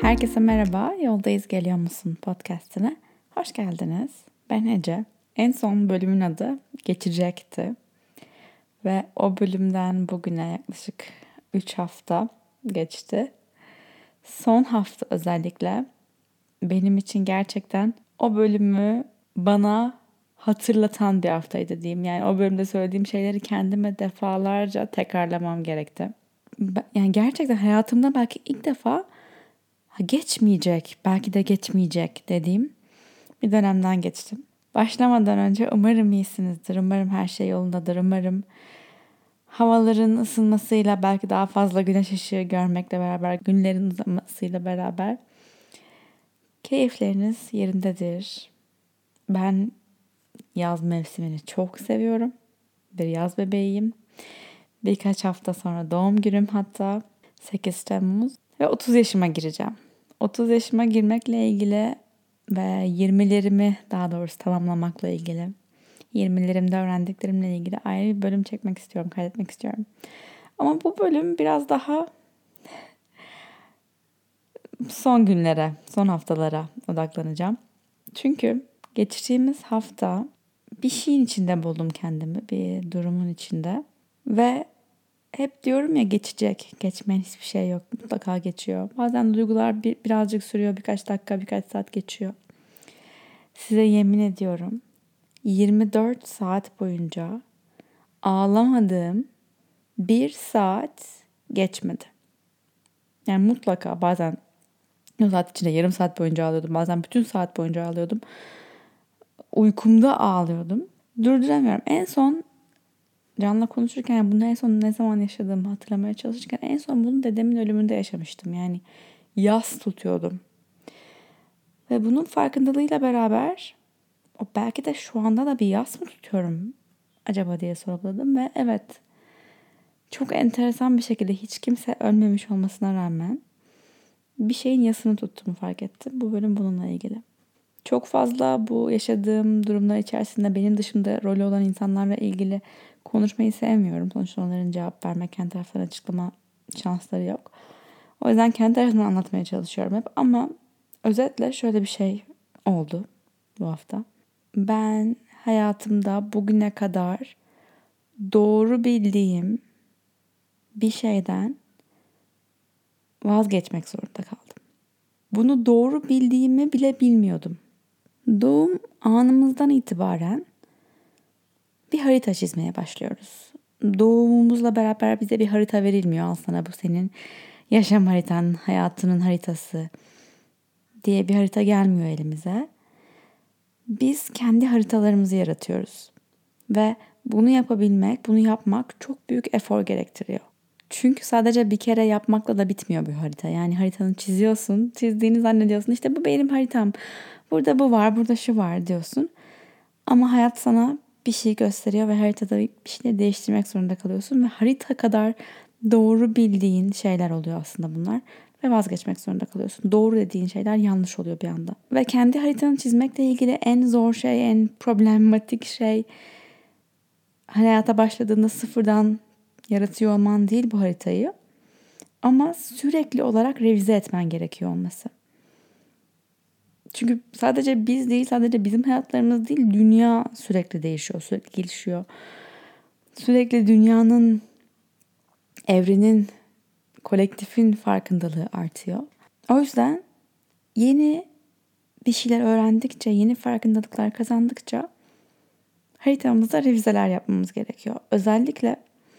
Herkese merhaba, Yoldayız Geliyor Musun podcastine hoş geldiniz. Ben Ece. En son bölümün adı Geçecekti. Ve o bölümden bugüne yaklaşık 3 hafta geçti. Son hafta özellikle benim için gerçekten o bölümü bana hatırlatan bir haftaydı diyeyim. Yani o bölümde söylediğim şeyleri kendime defalarca tekrarlamam gerekti. Yani gerçekten hayatımda belki ilk defa geçmeyecek, belki de geçmeyecek dediğim bir dönemden geçtim. Başlamadan önce umarım iyisinizdir, umarım her şey yolundadır, umarım havaların ısınmasıyla belki daha fazla güneş ışığı görmekle beraber, günlerin uzamasıyla beraber keyifleriniz yerindedir. Ben yaz mevsimini çok seviyorum. Bir yaz bebeğiyim. Birkaç hafta sonra doğum günüm hatta 8 Temmuz ve 30 yaşıma gireceğim. 30 yaşıma girmekle ilgili ve 20'lerimi daha doğrusu tamamlamakla ilgili 20'lerimde öğrendiklerimle ilgili ayrı bir bölüm çekmek istiyorum, kaydetmek istiyorum. Ama bu bölüm biraz daha son günlere, son haftalara odaklanacağım. Çünkü geçtiğimiz hafta bir şeyin içinde buldum kendimi, bir durumun içinde. Ve hep diyorum ya geçecek, geçmeyen hiçbir şey yok. Mutlaka geçiyor. Bazen duygular birazcık sürüyor, birkaç dakika, birkaç saat geçiyor. Size yemin ediyorum 24 saat boyunca ağlamadığım bir saat geçmedi. Yani mutlaka bazen o saat içinde yarım saat boyunca ağlıyordum. Bazen bütün saat boyunca ağlıyordum. Uykumda ağlıyordum. Durduramıyorum. En son Can'la konuşurken bunu en son ne zaman yaşadığımı hatırlamaya çalışırken en son bunu dedemin ölümünde yaşamıştım. Yani yas tutuyordum. Ve bunun farkındalığıyla beraber o belki de şu anda da bir yas mı tutuyorum acaba diye sorguladım ve evet, çok enteresan bir şekilde hiç kimse ölmemiş olmasına rağmen bir şeyin yasını tuttuğumu fark ettim. Bu bölüm bununla ilgili. Çok fazla bu yaşadığım durumlar içerisinde benim dışımda rolü olan insanlarla ilgili konuşmayı sevmiyorum. Sonuçta onların cevap vermek, kendi taraflarını açıklama şansları yok. O yüzden kendi tarafımdan anlatmaya çalışıyorum hep. Ama özetle şöyle bir şey oldu bu hafta. Ben hayatımda bugüne kadar doğru bildiğim bir şeyden vazgeçmek zorunda kaldım. Bunu doğru bildiğimi bile bilmiyordum. Doğum anımızdan itibaren bir harita çizmeye başlıyoruz. Doğumumuzla beraber bize bir harita verilmiyor. Al sana bu senin yaşam haritan, hayatının haritası diye bir harita gelmiyor elimize. Biz kendi haritalarımızı yaratıyoruz. Ve bunu yapabilmek, bunu yapmak çok büyük efor gerektiriyor. Çünkü sadece bir kere yapmakla da bitmiyor bir harita. Yani haritanı çiziyorsun, çizdiğini zannediyorsun. İşte bu benim haritam. Burada bu var, burada şu var diyorsun. Ama hayat sana bir şey gösteriyor ve haritada bir şeyleri değiştirmek zorunda kalıyorsun. Ve harita kadar doğru bildiğin şeyler oluyor aslında bunlar. Ve vazgeçmek zorunda kalıyorsun. Doğru dediğin şeyler yanlış oluyor bir anda. Ve kendi haritanı çizmekle ilgili en zor şey, en problematik şey hayata başladığında sıfırdan yaratıyor olman değil bu haritayı. Ama sürekli olarak revize etmen gerekiyor olması. Çünkü sadece biz değil, sadece bizim hayatlarımız değil, dünya sürekli değişiyor, sürekli gelişiyor. Sürekli dünyanın, evrenin, kolektifin farkındalığı artıyor. O yüzden yeni bir şeyler öğrendikçe, yeni farkındalıklar kazandıkça haritamızda revizeler yapmamız gerekiyor. Özellikle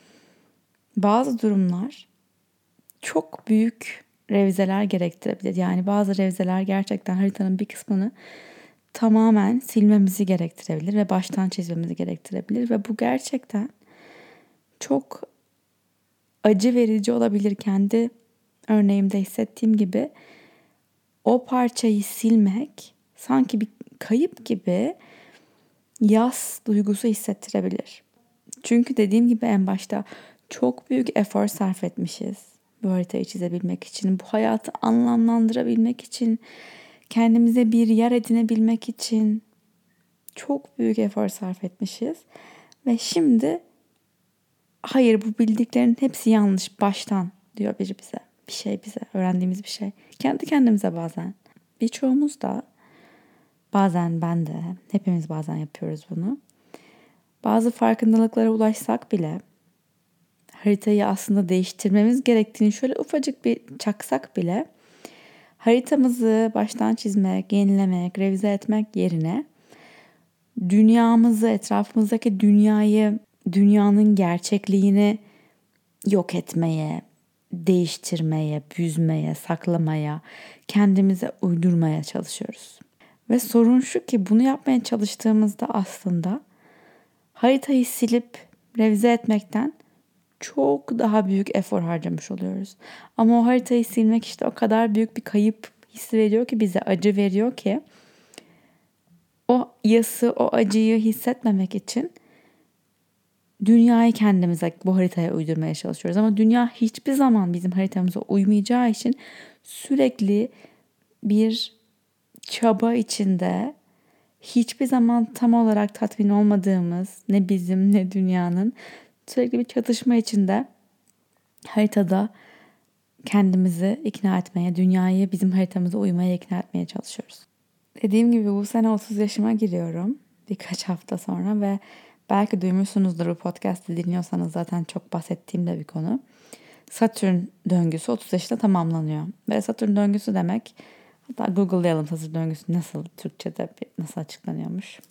bazı durumlar çok büyük revizeler gerektirebilir. Yani bazı revizeler gerçekten haritanın bir kısmını tamamen silmemizi gerektirebilir ve baştan çizmemizi gerektirebilir. Ve bu gerçekten çok acı verici olabilir. Kendi örneğimde hissettiğim gibi o parçayı silmek sanki bir kayıp gibi yas duygusu hissettirebilir. Çünkü dediğim gibi en başta çok büyük efor sarf etmişiz bu haritayı çizebilmek için, bu hayatı anlamlandırabilmek için, kendimize bir yer edinebilmek için çok büyük efor sarf etmişiz. Ve şimdi hayır, bu bildiklerin hepsi yanlış baştan diyor biri bize. bir şey bize, öğrendiğimiz bir şey. Kendi kendimize bazen. Birçoğumuz da, bazen ben de, hepimiz bazen yapıyoruz bunu. Bazı farkındalıklara ulaşsak bile, haritayı aslında değiştirmemiz gerektiğini şöyle ufacık bir çaksak bile, haritamızı baştan çizmek, yenilemek, revize etmek yerine dünyamızı, etrafımızdaki dünyayı, dünyanın gerçekliğini yok etmeye, değiştirmeye, büzmeye, saklamaya, kendimize uydurmaya çalışıyoruz. Ve sorun şu ki bunu yapmaya çalıştığımızda aslında haritayı silip revize etmekten çok daha büyük efor harcamış oluyoruz. Ama o haritayı silmek işte o kadar büyük bir kayıp hissi veriyor ki, bize acı veriyor ki, o yası, o acıyı hissetmemek için dünyayı kendimize, bu haritaya uydurmaya çalışıyoruz. Ama dünya hiçbir zaman bizim haritamıza uymayacağı için sürekli bir çaba içinde, hiçbir zaman tam olarak tatmin olmadığımız, ne bizim ne dünyanın, sürekli bir çatışma içinde haritada kendimizi ikna etmeye, dünyayı bizim haritamıza uymaya ikna etmeye çalışıyoruz. Dediğim gibi bu sene 30 yaşıma giriyorum birkaç hafta sonra ve belki duymuşsunuzdur, bu podcast'ı dinliyorsanız zaten çok bahsettiğim de bir konu. Satürn döngüsü 30 yaşında tamamlanıyor. Ve Satürn döngüsü demek, hatta Google'layalım Satürn döngüsü nasıl Türkçe'de nasıl açıklanıyormuş.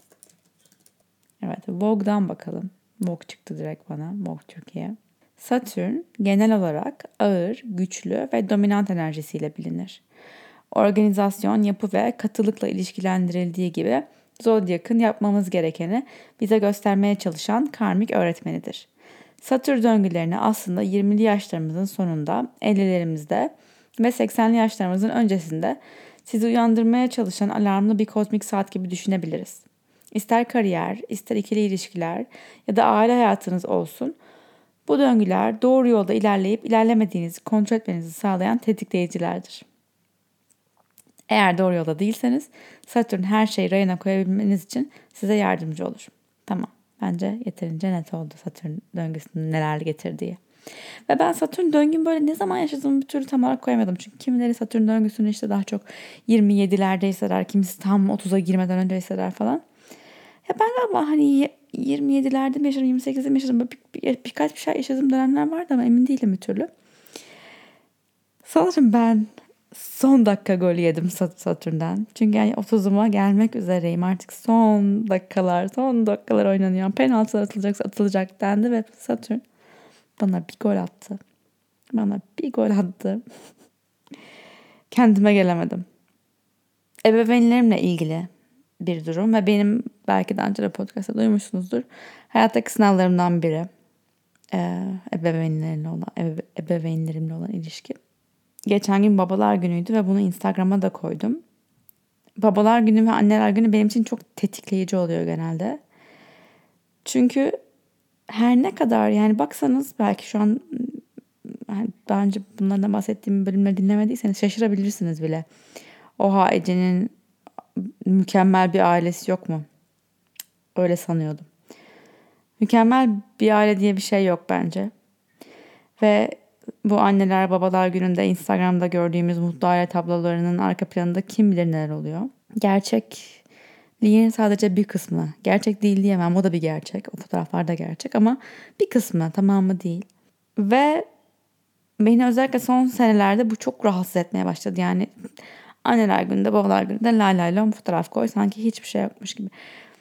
Evet, Vogue'dan bakalım. Vogue çıktı direkt bana, Vogue Türkiye. Satürn genel olarak ağır, güçlü ve dominant enerjisiyle bilinir. Organizasyon, yapı ve katılıkla ilişkilendirildiği gibi Zodyak'ın yapmamız gerekeni bize göstermeye çalışan karmik öğretmenidir. Satürn döngülerini aslında 20'li yaşlarımızın sonunda, 50'lerimizde ve 80'li yaşlarımızın öncesinde sizi uyandırmaya çalışan alarmlı bir kozmik saat gibi düşünebiliriz. İster kariyer, ister ikili ilişkiler ya da aile hayatınız olsun, bu döngüler doğru yolda ilerleyip ilerlemediğinizi kontrol etmenizi sağlayan tetikleyicilerdir. Eğer doğru yolda değilseniz Satürn her şeyi rayına koyabilmeniz için size yardımcı olur. Tamam, bence yeterince net oldu Satürn döngüsünün neler getirdiği. Ve ben Satürn döngümü böyle ne zaman yaşadığımı bir türlü tam olarak koyamadım. Çünkü kimileri Satürn döngüsünü işte daha çok 27'lerde hisseder, kimisi tam 30'a girmeden önce hisseder falan. Ya ben galiba hani 27'lerde mi yaşadım, 28'de mi yaşadım, birkaç bir şey yaşadığım dönemler vardı ama emin değilim bir türlü. Sanırım ben son dakika golü yedim Satürn'den. Çünkü yani 30'uma gelmek üzereyim. Artık son dakikalar oynanıyor. Penaltılar atılacaksa atılacak dendi ve Satürn bana bir gol attı. Kendime gelemedim. Ebeveynlerimle ilgili bir durum ve benim, belki daha önce de podcast'ta duymuşsunuzdur, hayattaki sınavlarımdan biri. Ebeveynlerimle olan ilişki. Geçen gün Babalar Günü'ydü ve bunu Instagram'a da koydum. Babalar Günü ve Anneler Günü benim için çok tetikleyici oluyor genelde. Çünkü her ne kadar, yani baksanız belki şu an daha önce bunlardan bahsettiğim bölümleri dinlemediyseniz şaşırabilirsiniz bile. Oha, Ece'nin mükemmel bir ailesi yok mu? Öyle sanıyordum. Mükemmel bir aile diye bir şey yok bence. Ve bu anneler babalar gününde Instagram'da gördüğümüz mutlu aile tablolarının arka planında kim bilir neler oluyor. Gerçekliğin sadece bir kısmı. Gerçek değil diyemem, o da bir gerçek. O fotoğraflar da gerçek ama bir kısmı, tamamı değil. Ve beni özellikle son senelerde bu çok rahatsız etmeye başladı. Yani anneler gününde, babalar gününde lay lay lom fotoğraf koy, sanki hiçbir şey yokmuş gibi.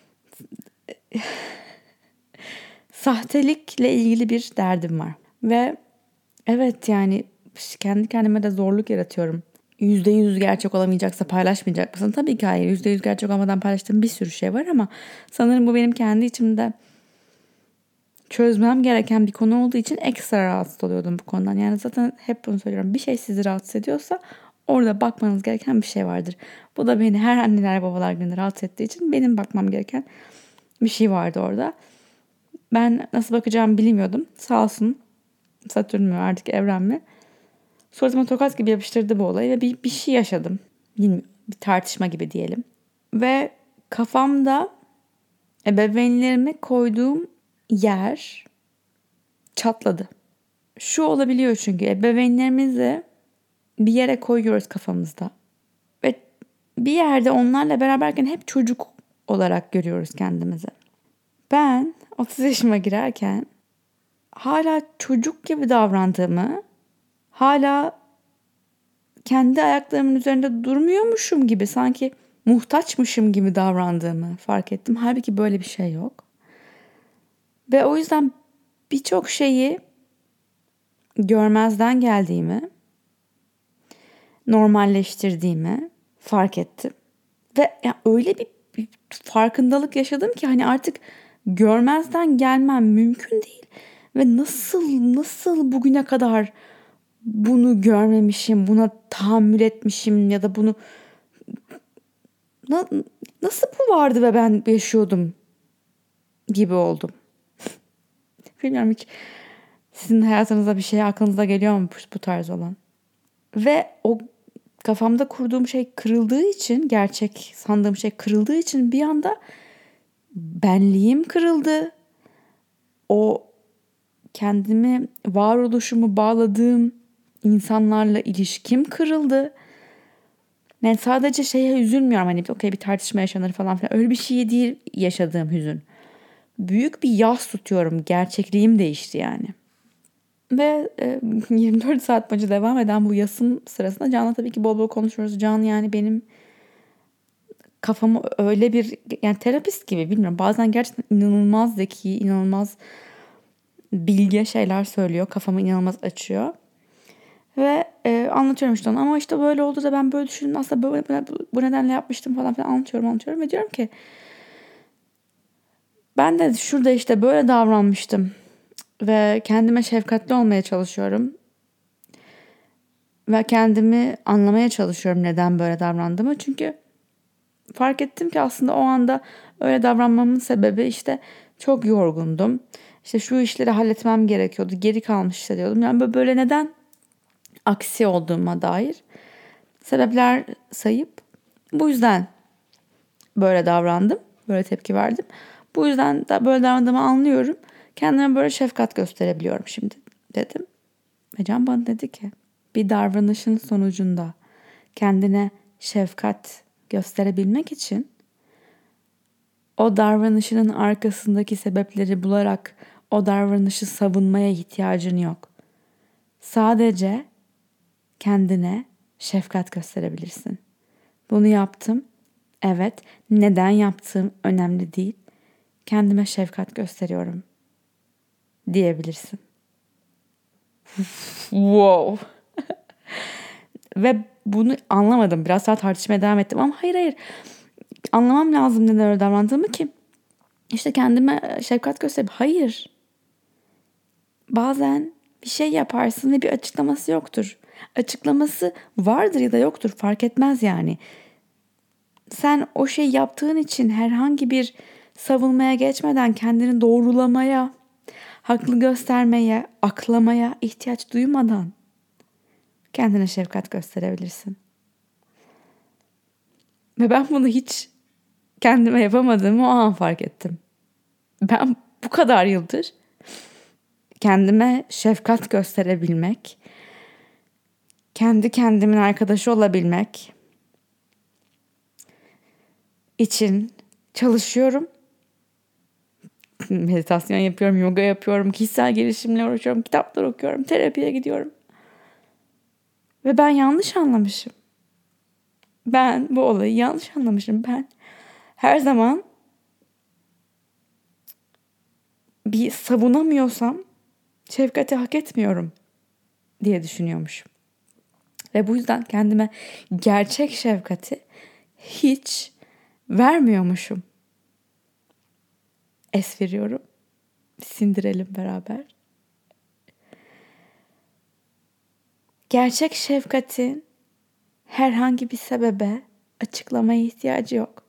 Sahtelikle ilgili bir derdim var. Ve evet, yani kendi kendime de zorluk yaratıyorum. %100 gerçek olamayacaksa paylaşmayacak mısın? Tabii ki hayır. %100 gerçek olmadan paylaştığım bir sürü şey var ama sanırım bu benim kendi içimde çözmem gereken bir konu olduğu için ekstra rahatsız oluyordum bu konudan. Yani zaten hep bunu söylüyorum. Bir şey sizi rahatsız ediyorsa orada bakmanız gereken bir şey vardır. Bu da beni her anneler babalar günü rahatsız ettiği için benim bakmam gereken bir şey vardı orada. Ben nasıl bakacağımı bilmiyordum. Sağ olsun Satürn mü artık, evren mi? Suratıma tokat gibi yapıştırdı bu olayı ve bir şey yaşadım. Bilmiyorum, bir tartışma gibi diyelim. Ve kafamda ebeveynlerime koyduğum yer çatladı. Şu olabiliyor çünkü ebeveynlerimizi bir yere koyuyoruz kafamızda. Ve bir yerde onlarla beraberken hep çocuk olarak görüyoruz kendimizi. Ben 30 yaşıma girerken hala çocuk gibi davrandığımı, hala kendi ayaklarımın üzerinde durmuyormuşum gibi, sanki muhtaçmışım gibi davrandığımı fark ettim. Halbuki böyle bir şey yok. Ve o yüzden birçok şeyi görmezden geldiğimi, normalleştirdiğimi fark ettim. Ve ya öyle bir farkındalık yaşadım ki hani artık görmezden gelmem mümkün değil. Ve nasıl bugüne kadar bunu görmemişim, buna tahammül etmişim ya da bunu nasıl bu vardı ve ben yaşıyordum gibi oldum. Bilmiyorum, hiç sizin hayatınızda bir şey aklınıza geliyor mu bu tarz olan? Ve o kafamda kurduğum şey kırıldığı için, gerçek sandığım şey kırıldığı için bir anda benliğim kırıldı. O kendimi, varoluşumu bağladığım insanlarla ilişkim kırıldı. Yani sadece şeye üzülmüyorum, hani okey bir tartışma yaşanır falan filan, öyle bir şey değil yaşadığım hüzün. Büyük bir yas tutuyorum, gerçekliğim değişti yani. Ve 24 saat boyunca devam eden bu yasın sırasında Can'la tabii ki bol bol konuşuyoruz. Can yani benim kafamı öyle bir, yani terapist gibi, bilmiyorum, bazen gerçekten inanılmaz zeki, inanılmaz bilge şeyler söylüyor. Kafamı inanılmaz açıyor. Ve anlatıyorum işte ona, ama işte böyle oldu da ben böyle düşündüm. Aslında böyle, bu nedenle yapmıştım falan filan, anlatıyorum. Ve diyorum ki ben de şurada işte böyle davranmıştım. Ve kendime şefkatli olmaya çalışıyorum. Ve kendimi anlamaya çalışıyorum neden böyle davrandığımı. Çünkü fark ettim ki aslında o anda öyle davranmamın sebebi işte çok yorgundum. İşte şu işleri halletmem gerekiyordu. Geri kalmış hissediyordum. Yani böyle neden aksi olduğuma dair sebepler sayıp bu yüzden böyle davrandım. Böyle tepki verdim. Bu yüzden de böyle davrandığımı anlıyorum. Kendime böyle şefkat gösterebiliyorum şimdi dedim. Ve Can bana dedi ki bir davranışın sonucunda kendine şefkat gösterebilmek için o davranışının arkasındaki sebepleri bularak o davranışı savunmaya ihtiyacın yok. Sadece kendine şefkat gösterebilirsin. Bunu yaptım. Evet, neden yaptığım önemli değil. Kendime şefkat gösteriyorum diyebilirsin. Wow. Ve bunu anlamadım. Biraz daha tartışmaya devam ettim ama hayır. Anlamam lazım neden öyle davrandığımı ki İşte kendime şefkat gösterip, hayır. Bazen bir şey yaparsın ve bir açıklaması yoktur. Açıklaması vardır ya da yoktur, fark etmez yani. Sen o şey yaptığın için herhangi bir savunmaya geçmeden kendini doğrulamaya, haklı göstermeye, aklamaya ihtiyaç duymadan kendine şefkat gösterebilirsin. Ve ben bunu hiç kendime yapamadığımı o an fark ettim. Ben bu kadar yıldır kendime şefkat gösterebilmek, kendi kendimin arkadaşı olabilmek için çalışıyorum. Meditasyon yapıyorum, yoga yapıyorum, kişisel gelişimle uğraşıyorum, kitaplar okuyorum, terapiye gidiyorum. Ve ben yanlış anlamışım. Ben bu olayı yanlış anlamışım. Ben her zaman bir savunamıyorsam şefkati hak etmiyorum diye düşünüyormuşum. Ve bu yüzden kendime gerçek şefkati hiç vermiyormuşum. Es veriyorum. Sindirelim beraber. Gerçek şefkatin herhangi bir sebebe, açıklamaya ihtiyacı yok.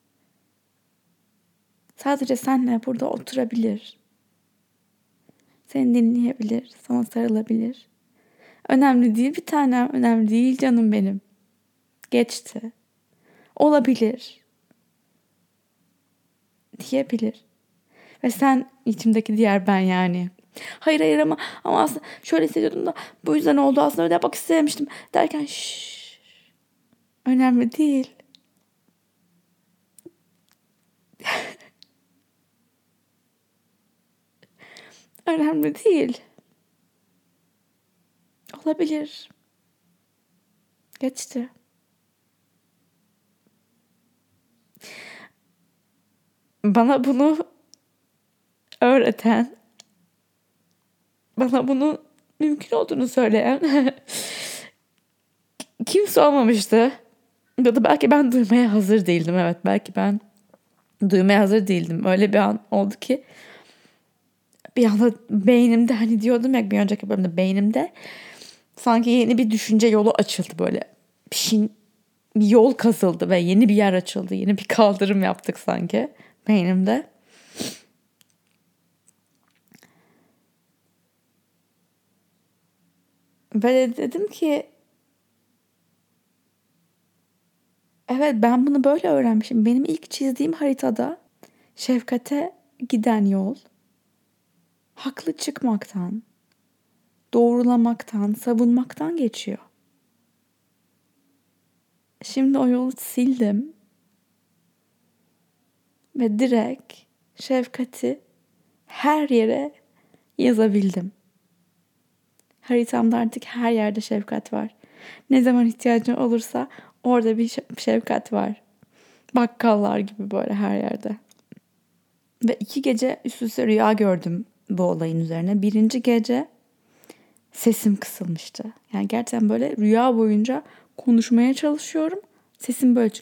Sadece seninle burada oturabilir. Seni dinleyebilir, sana sarılabilir. Önemli değil bir tanem, önemli değil canım benim. Geçti. Olabilir. Diyebilir. Ve sen, içimdeki diğer ben yani, Hayır ama aslında şöyle hissediyordum da bu yüzden oldu, aslında öyle yapmak istememiştim derken önemli değil. Önemli değil. Olabilir. Geçti. Bana bunu öğreten, bana bunun mümkün olduğunu söyleyen kimse olmamıştı. Ya da belki ben duymaya hazır değildim. Evet, belki ben duymaya hazır değildim. Öyle bir an oldu ki bir anda beynimde, hani diyordum ya bir önceki bölümde, beynimde sanki yeni bir düşünce yolu açıldı böyle. Bir yol kazıldı ve yeni bir yer açıldı. Yeni bir kaldırım yaptık sanki beynimde. Ve dedim ki evet, ben bunu böyle öğrenmişim. Benim ilk çizdiğim haritada şefkate giden yol haklı çıkmaktan, doğrulamaktan, savunmaktan geçiyor. Şimdi o yolu sildim ve direkt şefkati her yere yazabildim. Haritamda artık her yerde şefkat var. Ne zaman ihtiyacın olursa orada bir şefkat var. Bakkallar gibi böyle her yerde. Ve 2 gece üst üste rüya gördüm bu olayın üzerine. Birinci gece sesim kısılmıştı. Yani gerçekten böyle rüya boyunca konuşmaya çalışıyorum. Sesim böyle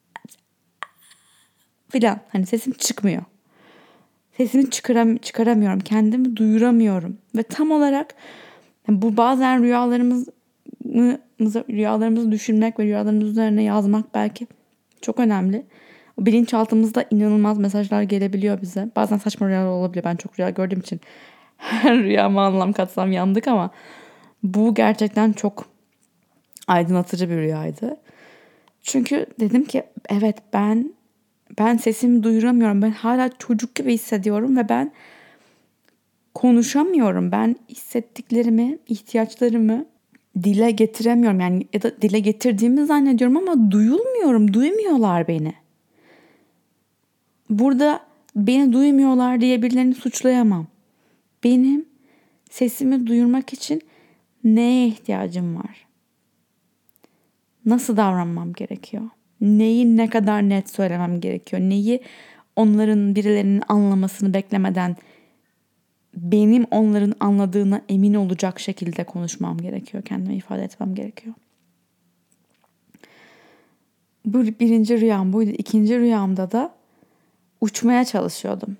filan. Hani sesim çıkmıyor. Sesimi çıkaramıyorum. Kendimi duyuramıyorum. Ve tam olarak bu bazen rüyalarımızı düşünmek ve rüyalarımız üzerine yazmak belki çok önemli. O bilinçaltımızda inanılmaz mesajlar gelebiliyor bize. Bazen saçma rüyalar olabiliyor. Ben çok rüya gördüğüm için her rüyama anlam katsam yandık ama bu gerçekten çok aydınlatıcı bir rüyaydı. Çünkü dedim ki evet, ben sesimi duyuramıyorum. Ben hala çocuk gibi hissediyorum ve ben konuşamıyorum. Ben hissettiklerimi, ihtiyaçlarımı dile getiremiyorum. Yani ya da dile getirdiğimi zannediyorum ama duymuyorlar beni. Burada beni duymuyorlar diye birilerini suçlayamam. Benim sesimi duyurmak için neye ihtiyacım var? Nasıl davranmam gerekiyor? Neyi ne kadar net söylemem gerekiyor? Neyi birilerinin anlamasını beklemeden benim onların anladığına emin olacak şekilde konuşmam gerekiyor. Kendime ifade etmem gerekiyor. Bu birinci rüyam buydu. İkinci rüyamda da uçmaya çalışıyordum.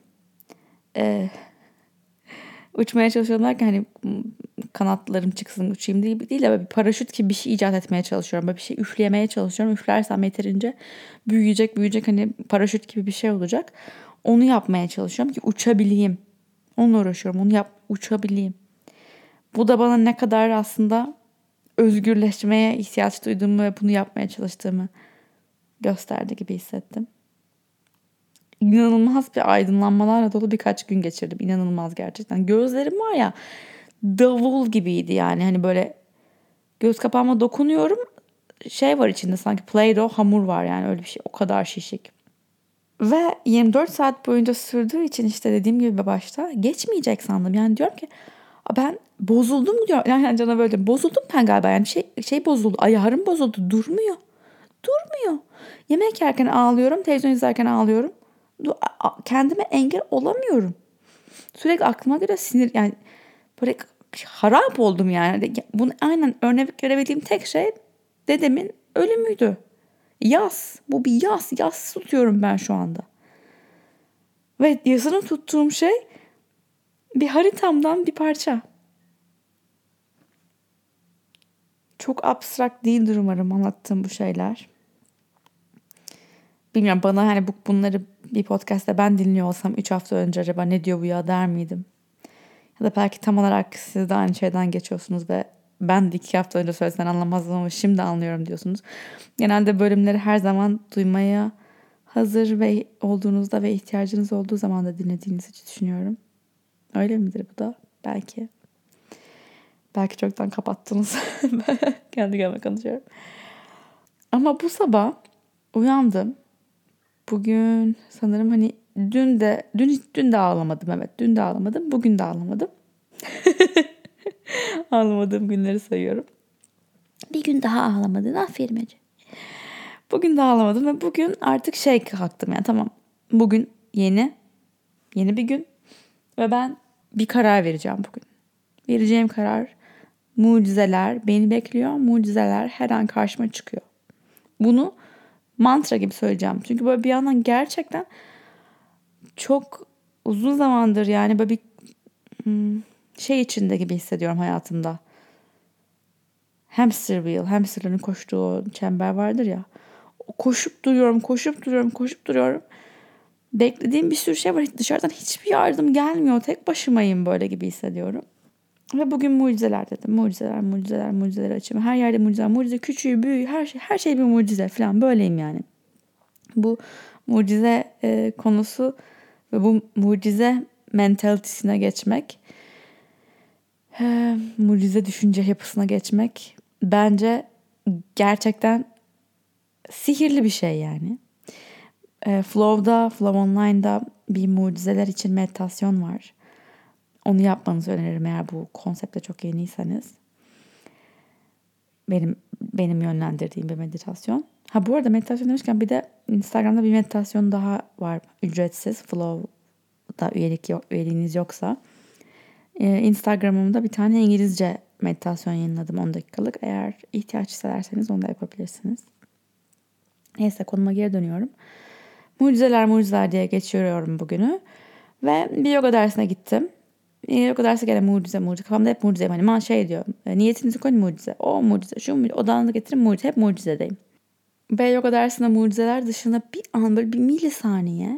Uçmaya çalışıyordum derken hani kanatlarım çıksın uçayım değil de bir paraşüt gibi bir şey icat etmeye çalışıyorum. Böyle bir şey üfleyemeye çalışıyorum. Üflersem yeterince büyüyecek hani paraşüt gibi bir şey olacak. Onu yapmaya çalışıyorum ki uçabileyim. Onunla uğraşıyorum. Uçabileyim. Bu da bana ne kadar aslında özgürleşmeye ihtiyaç duyduğumu ve bunu yapmaya çalıştığımı gösterdi gibi hissettim. İnanılmaz bir aydınlanmalarla dolu birkaç gün geçirdim. İnanılmaz gerçekten. Gözlerim var ya, davul gibiydi yani. Hani böyle göz kapağıma dokunuyorum. Şey var içinde, sanki Play-Doh hamur var yani, öyle bir şey. O kadar şişik. Ve 24 saat boyunca sürdüğü için işte dediğim gibi başta geçmeyecek sandım. Yani diyorum ki ben bozuldum diyor. Yani Can'a böyle bozuldum ben galiba. Yani şey bozuldu. Ayarım bozuldu. Durmuyor. Yemek yerken ağlıyorum. Televizyon izlerken ağlıyorum. Kendime engel olamıyorum. Sürekli aklıma göre sinir, yani böyle harap oldum yani. Bunu aynen örnek verebildiğim tek şey dedemin ölümüydü. Yas. Bu bir yas. Yas tutuyorum ben şu anda. Ve yasını tuttuğum şey bir haritamdan bir parça. Çok abstrakt değildir umarım anlattığım bu şeyler. Bilmiyorum, bana hani bunları bir podcast'te ben dinliyor olsam 3 hafta önce acaba ne diyor bu ya der miydim? Ya da belki tam olarak siz de aynı şeyden geçiyorsunuz ve ben de 2 hafta önce söylesen anlamazdım ama şimdi anlıyorum diyorsunuz. Genelde bölümleri her zaman duymaya hazır olduğunuzda ve ihtiyacınız olduğu zaman da dinlediğinizi düşünüyorum. Öyle midir bu da? belki. Belki çoktan kapattınız. Kendi kendime konuşuyorum. Ama bu sabah uyandım. Bugün sanırım hani dün de ağlamadım, evet. Dün de ağlamadım. Bugün de ağlamadım. Ağlamadığım günleri sayıyorum. Bir gün daha ağlamadın. Aferin Ece. Bugün de ağlamadım ve bugün artık kalktım yani tamam. Bugün yeni bir gün ve ben bir karar vereceğim bugün. Vereceğim karar, mucizeler beni bekliyor. Mucizeler her an karşıma çıkıyor. Bunu mantra gibi söyleyeceğim. Çünkü böyle bir yandan gerçekten çok uzun zamandır yani böyle bir içinde gibi hissediyorum hayatımda. Hamster wheel, hamsterların koştuğu çember vardır ya. Koşup duruyorum. Beklediğim bir sürü şey var. Dışarıdan hiçbir yardım gelmiyor. Tek başımayım böyle gibi hissediyorum. Ve bugün mucizeler dedim. Mucizeler açayım. Her yerde mucize, küçüğü, büyüğü, her şey bir mucize falan. Böyleyim yani. Bu mucize konusu ve bu mucize mentalitesine geçmek, mucize düşünce yapısına geçmek bence gerçekten sihirli bir şey yani. Flow Online'da bir mucizeler için meditasyon var. Onu yapmanızı öneririm eğer bu konsepte çok yeniyseniz. Benim yönlendirdiğim bir meditasyon. Ha bu arada meditasyon demişken bir de Instagram'da bir meditasyon daha var. Ücretsiz. Flow'da üyeliğiniz yoksa. Instagram'ımda bir tane İngilizce meditasyon yayınladım 10 dakikalık. Eğer ihtiyaç hissederseniz onu da yapabilirsiniz. Neyse konuma geri dönüyorum. Mucizeler diye geçiriyorum bugünü. Ve bir yoga dersine gittim. Yoga dersi gene mucize. Kafamda hep mucize. Hani diyor. Niyetinizi koyun mucize. O mucize. Şu mucize. Odağınızı getirin mucize. Hep mucizedeyim. Ve yoga dersinde mucizeler dışında bir an böyle bir milisaniye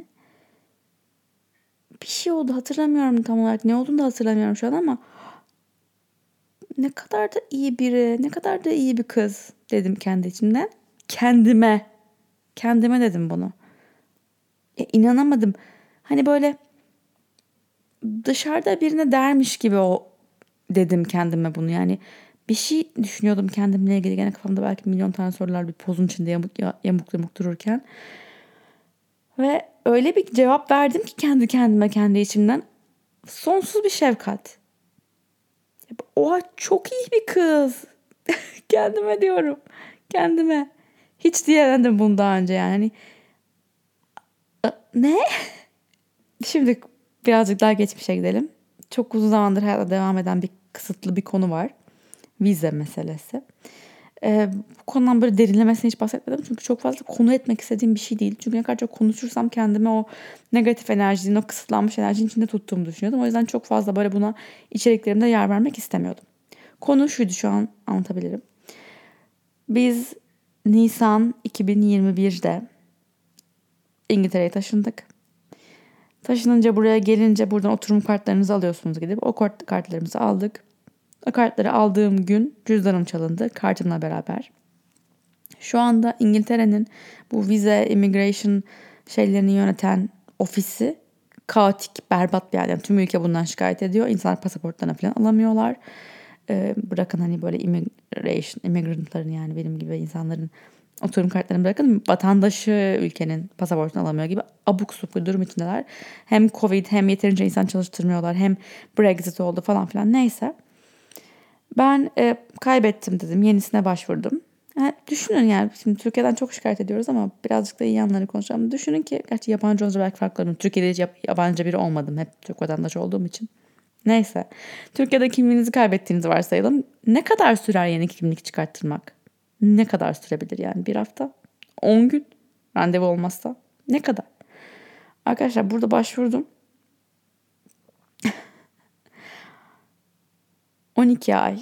bir şey oldu. Hatırlamıyorum tam olarak. Ne olduğunu da hatırlamıyorum şu an ama ne kadar da iyi biri. Ne kadar da iyi bir kız dedim kendi içimden. Kendime dedim bunu. İnanamadım. Hani böyle dışarıda birine dermiş gibi dedim kendime bunu. Yani bir şey düşünüyordum kendimle ilgili. Gene kafamda belki milyon tane sorular bir pozun içinde yamuk dururken. Ve öyle bir cevap verdim ki kendi içimden. Sonsuz bir şefkat. Oha çok iyi bir kız. Kendime diyorum. Kendime. Hiç diyemedim bunu daha önce yani. Ne? Şimdi birazcık daha geçmişe gidelim. Çok uzun zamandır hayatta devam eden bir kısıtlı bir konu var. Vize meselesi. Bu konudan böyle derinlemesine hiç bahsetmedim. Çünkü çok fazla konu etmek istediğim bir şey değil. Çünkü ne kadar çok konuşursam kendimi o negatif enerjinin, o kısıtlanmış enerjinin içinde tuttuğumu düşünüyordum. O yüzden çok fazla böyle buna içeriklerimde yer vermek istemiyordum. Konu şuydu, şu an anlatabilirim. Biz Nisan 2021'de İngiltere'ye taşındık. Taşınınca buraya gelince buradan oturum kartlarınızı alıyorsunuz gidip. O kartlarımızı aldık. O kartları aldığım gün cüzdanım çalındı kartımla beraber. Şu anda İngiltere'nin bu vize, immigration şeylerini yöneten ofisi kaotik, berbat bir yer. Yani tüm ülke bundan şikayet ediyor. İnsanlar pasaportlarını falan alamıyorlar. Bırakın hani böyle immigrantların yani benim gibi insanların oturum kartlarını bırakın. Vatandaşı ülkenin pasaportunu alamıyor gibi abuk subuk bir durum içindeler. Hem Covid hem yeterince insan çalıştırmıyorlar hem Brexit oldu falan filan neyse. Ben kaybettim dedim. Yenisine başvurdum. Yani düşünün yani şimdi Türkiye'den çok şikayet ediyoruz ama birazcık da iyi yanları konuşalım. Düşünün ki gerçi yabancı olunca belki farklı. Türkiye'de hiç yabancı biri olmadım. Hep Türk vatandaşı olduğum için. Neyse. Türkiye'de kimliğinizi kaybettiğinizi varsayalım. Ne kadar sürer yeni kimlik çıkarttırmak? Ne kadar sürebilir yani? Bir hafta? 10 gün? Randevu olmazsa? Ne kadar? Arkadaşlar burada başvurdum. 12 ay.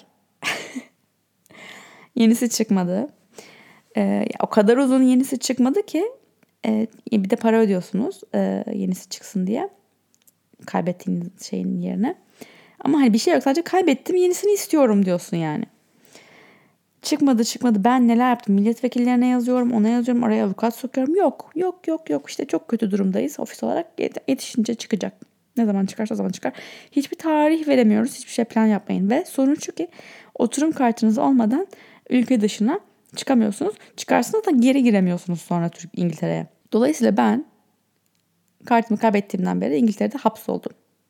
Yenisi çıkmadı. O kadar uzun yenisi çıkmadı ki bir de para ödüyorsunuz yenisi çıksın diye. Kaybettiğiniz şeyin yerine. Ama hani bir şey yok, sadece kaybettim yenisini istiyorum diyorsun yani. Çıkmadı. Ben neler yaptım? Milletvekillerine yazıyorum, ona yazıyorum, oraya avukat sokuyorum. Yok. İşte çok kötü durumdayız ofis olarak. Yetişince çıkacak. Ne zaman çıkarsa o zaman çıkar. Hiçbir tarih veremiyoruz. Hiçbir şey plan yapmayın. Ve sorun şu ki oturum kartınız olmadan ülke dışına çıkamıyorsunuz. Çıkarsanız da geri giremiyorsunuz sonra İngiltere'ye. Dolayısıyla ben kartımı kaybettiğimden beri İngiltere'de hapsoldum.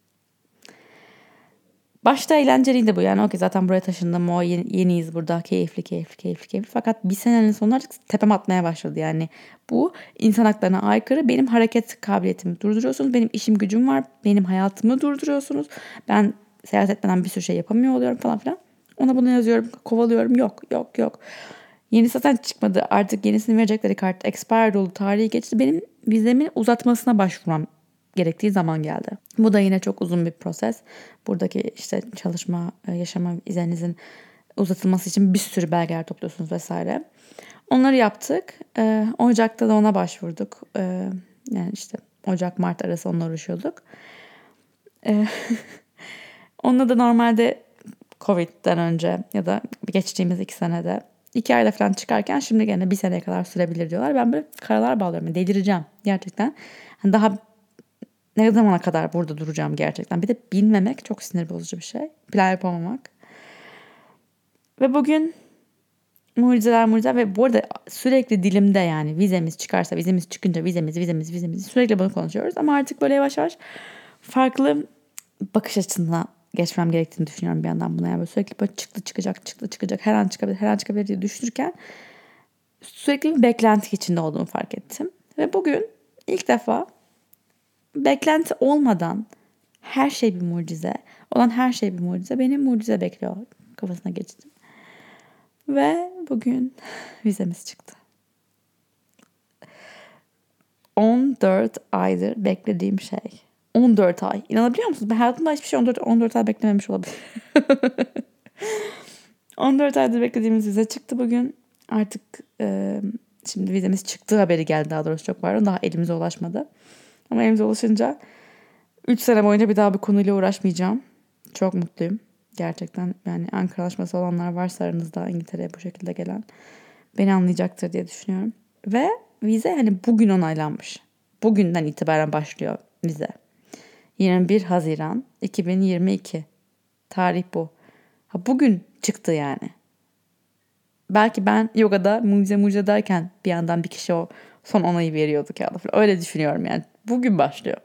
Başta eğlenceliydi bu, yani okey zaten buraya taşındım, o yeniyiz burada, keyifli. Fakat bir senenin sonunda artık tepem atmaya başladı yani. Bu insan haklarına aykırı, benim hareket kabiliyetimi durduruyorsunuz, benim işim gücüm var, benim hayatımı durduruyorsunuz. Ben seyahat etmeden bir sürü şey yapamıyor oluyorum falan filan. Ona bunu yazıyorum, kovalıyorum, yok. Yeni zaten çıkmadı, artık yenisini verecekleri kart expired oldu, tarihi geçti, benim vizemin uzatmasına başvurmam gerektiği zaman geldi. Bu da yine çok uzun bir proses. Buradaki işte çalışma, yaşama izinizin uzatılması için bir sürü belgeler topluyorsunuz vesaire. Onları yaptık. Ocak'ta da ona başvurduk. Yani işte Ocak-Mart arası onunla uğraşıyorduk. Onunla da normalde Covid'den önce ya da geçtiğimiz 2 senede 2 ayda falan çıkarken şimdi gene 1 seneye kadar sürebilir diyorlar. Ben böyle karalar bağlıyorum. Delireceğim gerçekten. Daha ne zamana kadar burada duracağım gerçekten. Bir de bilmemek çok sinir bozucu bir şey. Plan yapamamak. Ve bugün mucizeler ve bu arada sürekli dilimde, yani vizemiz çıkarsa, vizemiz çıkınca vizemiz sürekli bunu konuşuyoruz. Ama artık böyle yavaş yavaş farklı bakış açısına geçmem gerektiğini düşünüyorum bir yandan buna. Yani böyle sürekli böyle çıkacak, her an çıkabilir diye düşünürken sürekli bir beklenti içinde olduğumu fark ettim. Ve bugün ilk defa beklenti olmadan her şey bir mucize, olan her şey bir mucize, benim mucize bekliyor kafasına geçtim. Ve bugün vizemiz çıktı. 14 aydır beklediğim şey. 14 ay. İnanabiliyor musunuz? Ben hayatımda hiçbir şey 14 ay beklememiş olabilir. 14 aydır beklediğimiz vize çıktı bugün. Artık şimdi vizemiz çıktığı haberi geldi, daha doğrusu çok var. Daha elimize ulaşmadı. Ama elimize ulaşınca 3 sene boyunca bir daha bir konuyla uğraşmayacağım. Çok mutluyum. Gerçekten yani Ankara Anlaşması olanlar varsa aranızda İngiltere'ye bu şekilde gelen, beni anlayacaktır diye düşünüyorum. Ve vize hani bugün onaylanmış. Bugünden itibaren başlıyor vize. 21 Haziran 2022. Tarih bu. Bugün çıktı yani. Belki ben yogada mucize derken bir yandan bir kişi o son onayı veriyordu kağıda falan. Öyle düşünüyorum yani. Bugün başlıyor.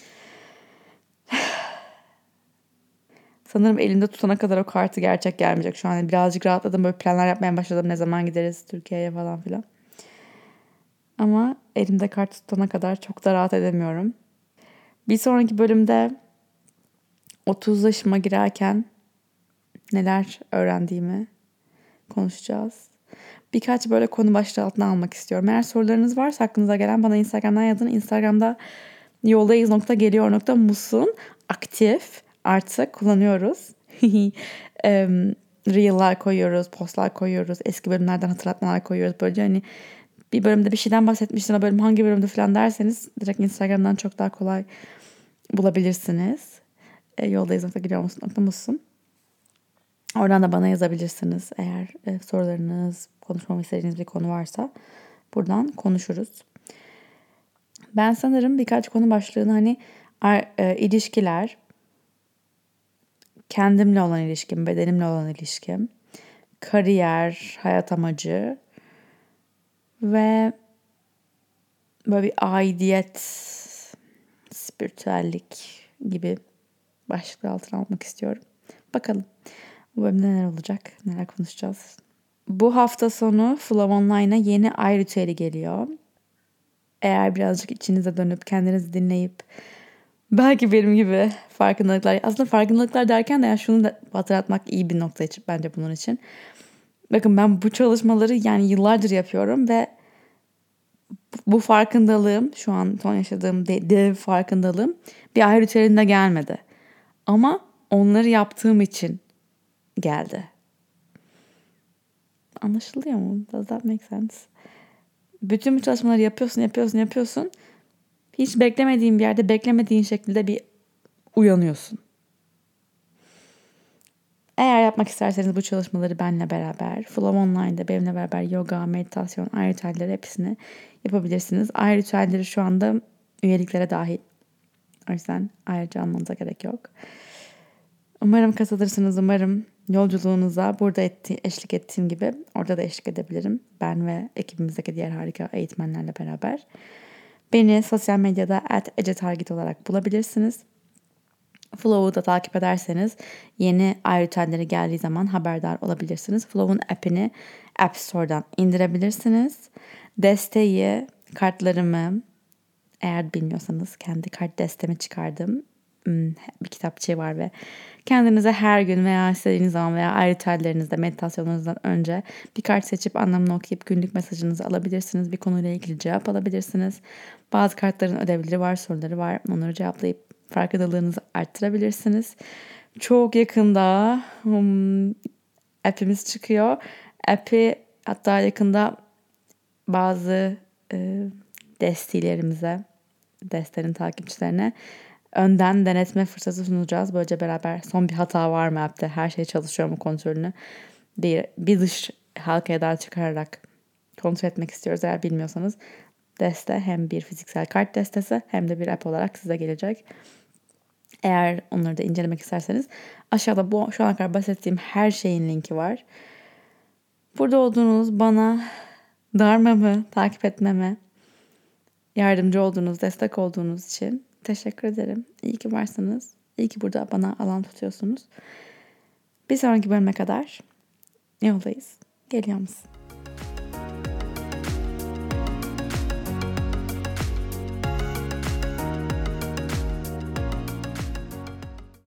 Sanırım elimde tutana kadar o kartı gerçek gelmeyecek. Şu an birazcık rahatladım. Böyle planlar yapmaya başladım. Ne zaman gideriz Türkiye'ye falan filan. Ama elimde kart tutana kadar çok da rahat edemiyorum. Bir sonraki bölümde 30 yaşıma girerken neler öğrendiğimi konuşacağız. Birkaç böyle konu başlığı altına almak istiyorum. Eğer sorularınız varsa aklınıza gelen bana Instagram'dan yazın. Instagram'da yoldayız.geliyor.musun aktif, artık kullanıyoruz. Reel'lar koyuyoruz, postlar koyuyoruz, eski bölümlerden hatırlatmalar koyuyoruz. Böylece hani bir bölümde bir şeyden bahsetmiştim, o bölüm hangi bölümde falan derseniz direkt Instagram'dan çok daha kolay bulabilirsiniz. Yoldayız.geliyor.musun. Oradan da bana yazabilirsiniz eğer sorularınız, konuşmamı istediğiniz bir konu varsa buradan konuşuruz. Ben sanırım birkaç konu başlığını hani ilişkiler, kendimle olan ilişkim, bedenimle olan ilişkim, kariyer, hayat amacı ve böyle bir aidiyet, spiritüellik gibi başlıklar altına almak istiyorum. Bakalım bu bölümde neler olacak, neler konuşacağız. Bu hafta sonu Flow Online'a yeni ay ritüeli geliyor. Eğer birazcık içinize dönüp kendinizi dinleyip belki benim gibi farkındalıklar, aslında farkındalıklar derken de yani şunu da hatırlatmak iyi bir nokta için, bence bunun için. Bakın ben bu çalışmaları yani yıllardır yapıyorum ve bu farkındalığım, şu an son yaşadığım dev farkındalığım bir ay ritüelinde gelmedi. Ama onları yaptığım için geldi. Anlaşılıyor mu? Does that make sense? Bütün bu çalışmaları yapıyorsun. Hiç beklemediğin bir yerde, beklemediğin şekilde bir uyanıyorsun. Eğer yapmak isterseniz bu çalışmaları benimle beraber, Flow Online'da benimle beraber yoga, meditasyon, ay ritüelleri hepsini yapabilirsiniz. Ay ritüelleri şu anda üyeliklere dahil. O yüzden ayrıca almanıza gerek yok. Umarım katılırsınız. Umarım yolculuğunuza burada eşlik ettiğim gibi orada da eşlik edebilirim. Ben ve ekibimizdeki diğer harika eğitmenlerle beraber. Beni sosyal medyada @ecetargit olarak bulabilirsiniz. Flow'u da takip ederseniz yeni ay ritüelleri geldiği zaman haberdar olabilirsiniz. Flow'un app'ini App Store'dan indirebilirsiniz. Desteği, kartlarımı, eğer bilmiyorsanız kendi kart destemi çıkardım. Bir kitapçığı var ve kendinize her gün veya istediğiniz zaman veya ay ritüellerinizde meditasyonunuzdan önce bir kart seçip anlamını okuyup günlük mesajınızı alabilirsiniz. Bir konuyla ilgili cevap alabilirsiniz. Bazı kartların ödevleri var, soruları var. Onları cevaplayıp farkındalığınızı arttırabilirsiniz. Çok yakında app'imiz çıkıyor. App'i hatta yakında bazı destenin takipçilerine önden denetme fırsatı sunacağız. Böylece beraber son bir hata var mı app'te, her şey çalışıyor mu kontrolünü bir dış halkaya daha çıkararak kontrol etmek istiyoruz. Eğer bilmiyorsanız deste hem bir fiziksel kart destesi hem de bir app olarak size gelecek. Eğer onları da incelemek isterseniz aşağıda bu şu ana kadar bahsettiğim her şeyin linki var. Burada olduğunuz, bana darmamı takip etmeme yardımcı olduğunuz, destek olduğunuz için teşekkür ederim. İyi ki varsınız. İyi ki burada bana alan tutuyorsunuz. Bir sonraki bölüme kadar yoldayız. Geliyor musun?